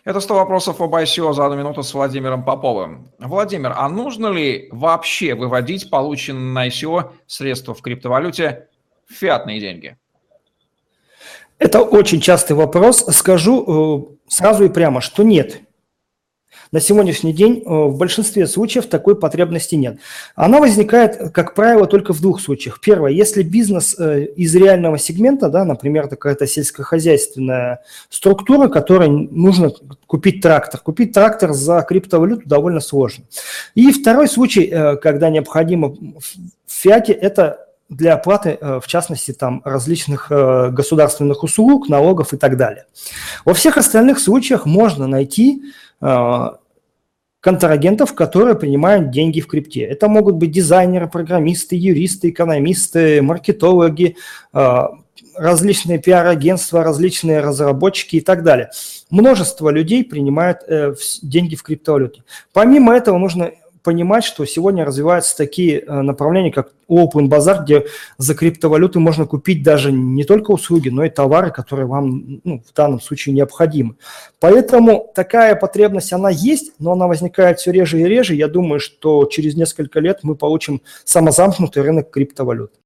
Это 100 вопросов об ICO за 1 минуту с Владимиром Поповым. Владимир, а нужно ли вообще выводить полученные на ICO средства в криптовалюте в фиатные деньги? Это очень частый вопрос. Скажу сразу и прямо, что нет. На сегодняшний день в большинстве случаев такой потребности нет. Она возникает, как правило, только в двух случаях. Первое, если бизнес из реального сегмента, да, например, какая-то сельскохозяйственная структура, которой нужно купить трактор. Купить трактор за криптовалюту довольно сложно. И второй случай, когда необходимо в фиате, это для оплаты, в частности, там, различных государственных услуг, налогов и так далее. Во всех остальных случаях можно найти контрагентов, которые принимают деньги в крипте. Это могут быть дизайнеры, программисты, юристы, экономисты, маркетологи, различные пиар-агентства, различные разработчики и так далее. Множество людей принимают деньги в криптовалюте. Помимо этого нужно понимать, что сегодня развиваются такие направления, как Open Bazaar, где за криптовалюты можно купить даже не только услуги, но и товары, которые вам в данном случае необходимы. Поэтому такая потребность, она есть, но она возникает все реже и реже. Я думаю, что через несколько лет мы получим самозамкнутый рынок криптовалют.